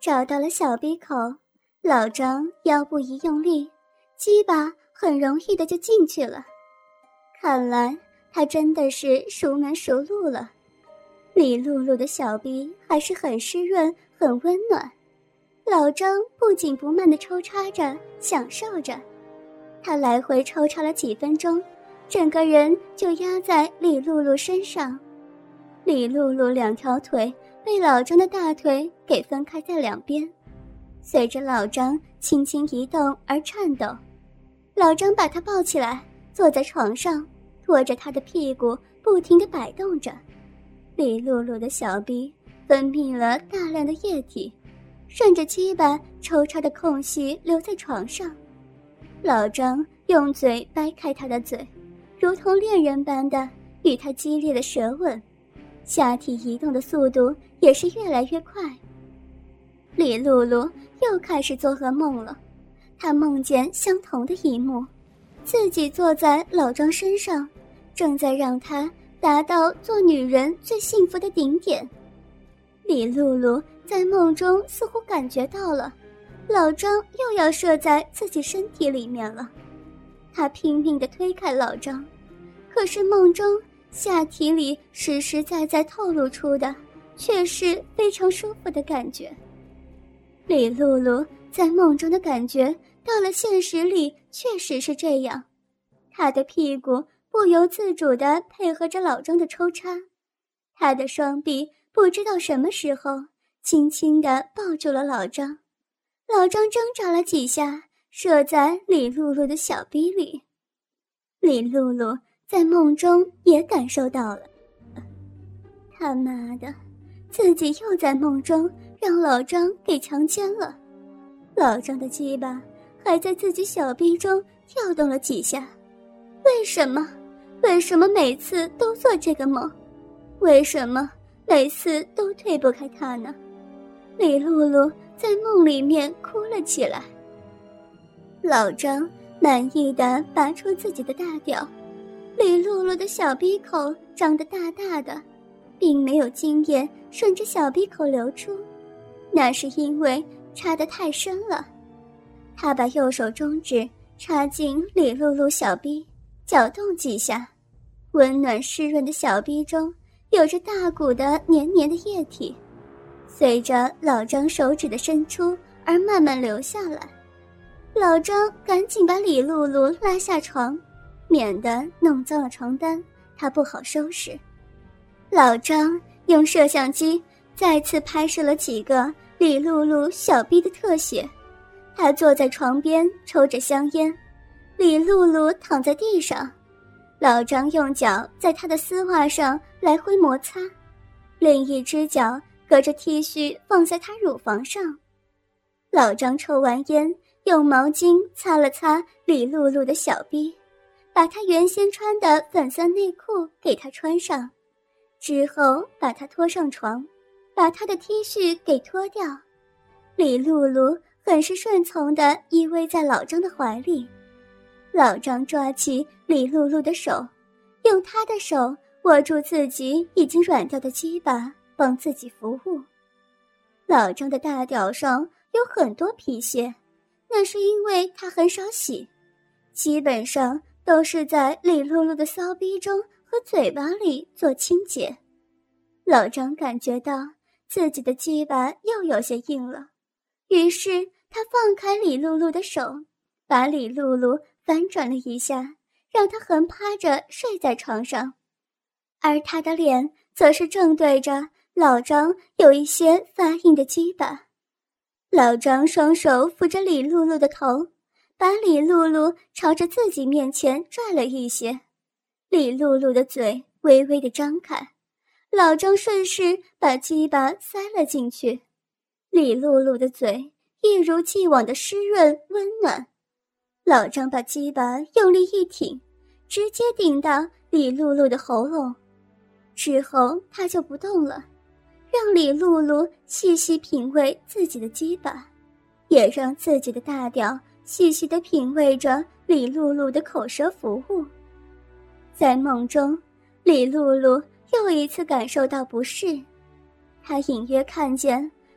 找到了小鼻口，老张腰部一用力，鸡巴很容易的就进去了。看来他真的是熟门熟路了。李露露的小臂还是很湿润很温暖，老张不紧不慢地抽插着享受着。他来回抽插了几分钟，整个人就压在李露露身上。李露露两条腿被老张的大腿给分开在两边，随着老张轻轻移动而颤抖。老张把她抱起来，坐在床上，拖着她的屁股不停地摆动着。李露露的小臂分泌了大量的液体，顺着鸡巴抽插的空隙流在床上。老张用嘴掰开她的嘴，如同恋人般的与她激烈的舌吻，下体移动的速度也是越来越快。李露露又开始做噩梦了，她梦见相同的一幕，自己坐在老张身上，正在让他达到做女人最幸福的顶点。李露露在梦中似乎感觉到了老张又要射在自己身体里面了，她拼命地推开老张，可是梦中下体里实实在在透露出的却是非常舒服的感觉。李露露在梦中的感觉到了现实里确实是这样，她的屁股不由自主地配合着老张的抽插，她的双臂不知道什么时候轻轻地抱住了老张，老张挣扎了几下，射在李露露的小逼里。李露露在梦中也感受到了，他妈的，自己又在梦中让老张给强奸了。老张的鸡巴还在自己小臂中跳动了几下。为什么每次都做这个梦？为什么每次都推不开他呢？李露露在梦里面哭了起来。老张满意地拔出自己的大屌，李露露的小鼻口张得大大的，并没有精液顺着小鼻口流出，那是因为插得太深了。他把右手中指插进李露露小臂，搅动几下，温暖湿润的小臂中有着大股的黏黏的液体，随着老张手指的伸出而慢慢流下来。老张赶紧把李露露拉下床，免得弄脏了床单，他不好收拾。老张用摄像机再次拍摄了几个李露露小臂的特写，他坐在床边抽着香烟，李露露躺在地上，老张用脚在她的丝袜上来回摩擦，另一只脚隔着 T 恤放在她乳房上。老张抽完烟，用毛巾擦了擦李露露的小臂，把她原先穿的粉色内裤给她穿上，之后把她拖上床，把她的 T 恤给脱掉。李露露很是顺从地依偎在老张的怀里。老张抓起李露露的手，用他的手握住自己已经软掉的鸡巴，帮自己服务。老张的大屌上有很多皮屑，那是因为他很少洗，基本上都是在李露露的骚逼中和嘴巴里做清洁。老张感觉到自己的鸡巴又有些硬了，于是他放开李露露的手，把李露露翻转了一下，让她横趴着睡在床上，而她的脸则是正对着老张有一些发硬的鸡巴。老张双手扶着李露露的头，把李露露朝着自己面前拽了一些，李露露的嘴微微地张开，老张顺势把鸡巴塞了进去，李露露的嘴一如既往的湿润温暖。老张把鸡巴用力一挺，直接顶到李露露的喉咙，之后他就不动了，让李露露细细品味自己的鸡巴，也让自己的大屌细细地品味着李露露的口舌服务。在梦中，李露露又一次感受到不适，她隐约看见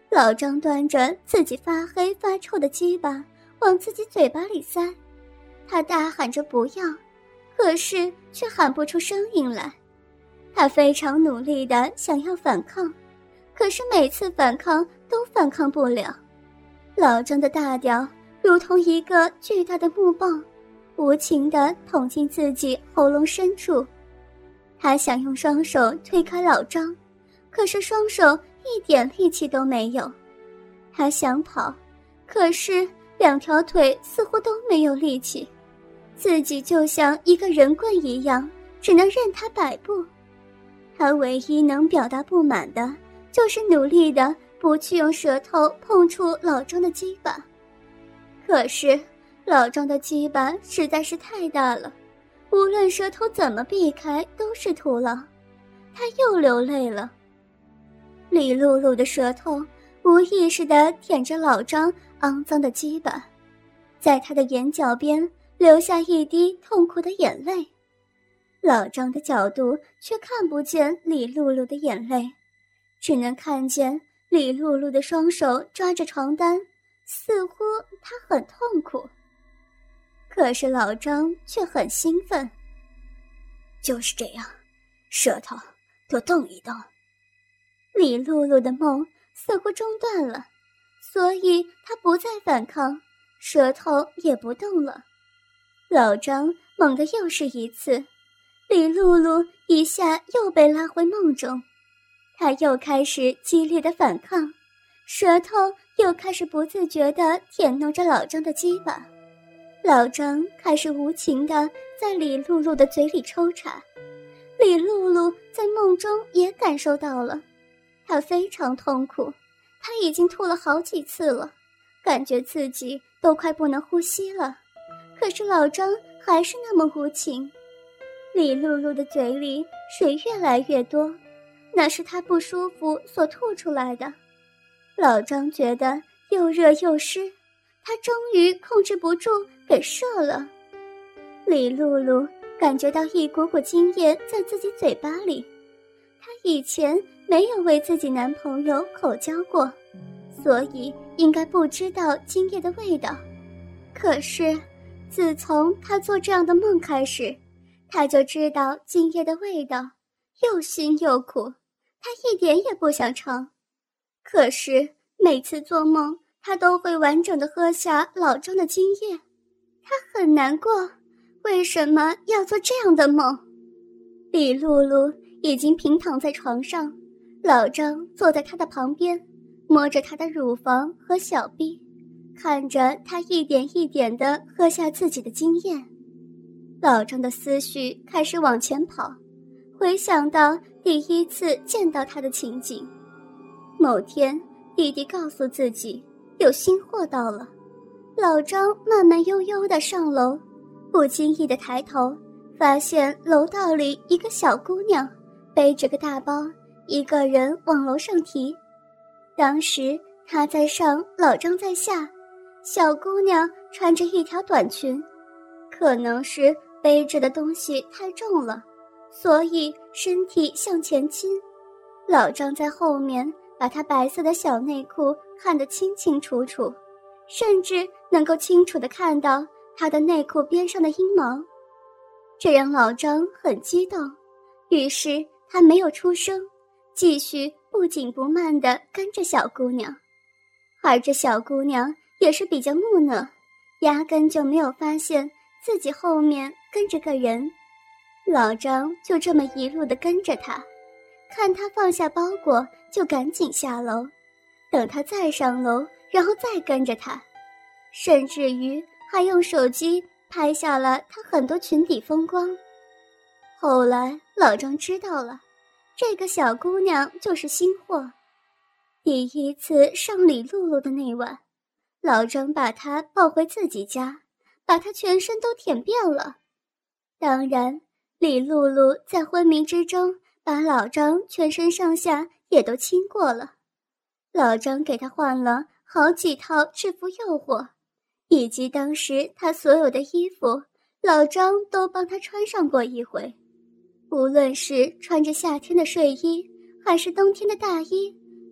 老张端着自己发黑发臭的鸡巴往自己嘴巴里塞，他大喊着不要，可是却喊不出声音来。他非常努力地想要反抗，可是每次反抗都反抗不了。老张的大屌如同一个巨大的木棒，无情地捅进自己喉咙深处。他想用双手推开老张，可是双手一点力气都没有。他想跑，可是两条腿似乎都没有力气，自己就像一个人棍一样，只能任他摆布。他唯一能表达不满的，就是努力的不去用舌头碰触老张的鸡巴。可是老张的鸡巴实在是太大了，无论舌头怎么避开都是徒劳。他又流泪了。李露露的舌头无意识地舔着老张肮脏的鸡巴，在他的眼角边流下一滴痛苦的眼泪。老张的角度却看不见李露露的眼泪，只能看见李露露的双手抓着床单，似乎她很痛苦。可是老张却很兴奋。就是这样，舌头多动一动。李露露的梦似乎中断了，所以她不再反抗，舌头也不动了。老张猛地又是一次，李露露一下又被拉回梦中，她又开始激烈的反抗，舌头又开始不自觉地舔弄着老张的鸡巴。老张开始无情地在李露露的嘴里抽插，李露露在梦中也感受到了，她非常痛苦，她已经吐了好几次了，感觉自己都快不能呼吸了。可是老张还是那么无情，李露露的嘴里水越来越多，那是她不舒服所吐出来的。老张觉得又热又湿，他终于控制不住给射了。李露露感觉到一股股精液在自己嘴巴里，她以前没有为自己男朋友口交过，所以应该不知道精液的味道。可是自从她做这样的梦开始，她就知道精液的味道，又腥又苦，她一点也不想尝。可是每次做梦，她都会完整地喝下老张的精液，她很难过，为什么要做这样的梦？李露露已经平躺在床上，老张坐在她的旁边，摸着她的乳房和小臂，看着她一点一点地喝下自己的精液。老张的思绪开始往前跑，回想到第一次见到她的情景。某天，弟弟告诉自己有新货到了。老张慢慢悠悠地上楼，不经意地抬头，发现楼道里一个小姑娘背着个大包，一个人往楼上提。当时她在上，老张在下，小姑娘穿着一条短裙，可能是背着的东西太重了，所以身体向前倾。老张在后面把她白色的小内裤看得清清楚楚，甚至能够清楚地看到她的内裤边上的阴毛，这让老张很激动，于是他没有出声，继续不紧不慢地跟着小姑娘。而这小姑娘也是比较木讷，压根就没有发现自己后面跟着个人。老张就这么一路地跟着她，看她放下包裹就赶紧下楼，等她再上楼，然后再跟着她，甚至于还用手机拍下了她很多裙底风光。后来老张知道了，这个小姑娘就是新货。第一次上李露露的那晚，老张把她抱回自己家，把她全身都舔遍了。当然，李露露在昏迷之中把老张全身上下也都亲过了。老张给她换了好几套制服诱惑，以及当时她所有的衣服，老张都帮她穿上过一回。无论是穿着夏天的睡衣，还是冬天的大衣，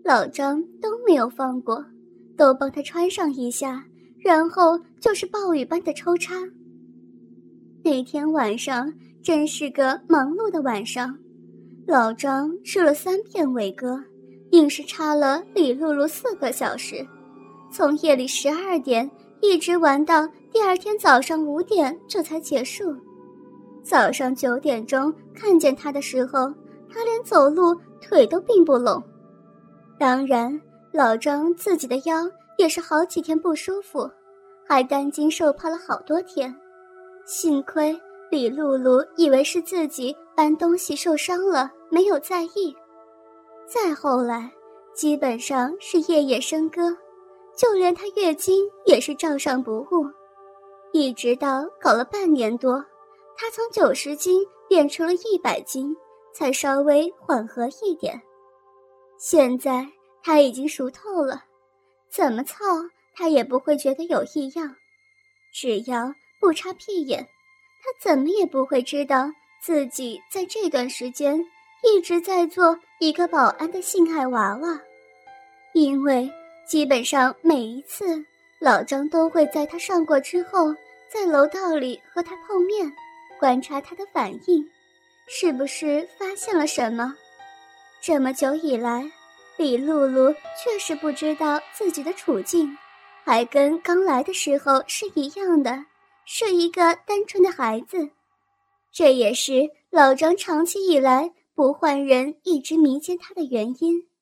老张都没有放过，都帮他穿上一下，然后就是暴雨般的抽插。那天晚上真是个忙碌的晚上，老张吃了3片伟哥，硬是插了李露露4个小时，从夜里12点一直玩到第二天早上5点，这才结束。早上9点钟看见他的时候，他连走路腿都并不拢。当然，老张自己的腰也是好几天不舒服，还担惊受怕了好多天。幸亏李露露以为是自己搬东西受伤了，没有在意。再后来，基本上是夜夜笙歌，就连她月经也是照上不误。一直到搞了半年多，她从90斤变成了100斤，才稍微缓和一点。现在她已经熟透了，怎么操她也不会觉得有异样。只要不插屁眼，她怎么也不会知道自己在这段时间一直在做一个保安的性爱娃娃。因为基本上每一次老张都会在她上过之后，在楼道里和她碰面，观察她的反应，是不是发现了什么。这么久以来，李露露确实不知道自己的处境，还跟刚来的时候是一样的，是一个单纯的孩子。这也是老张长期以来不换人一直迷奸她的原因。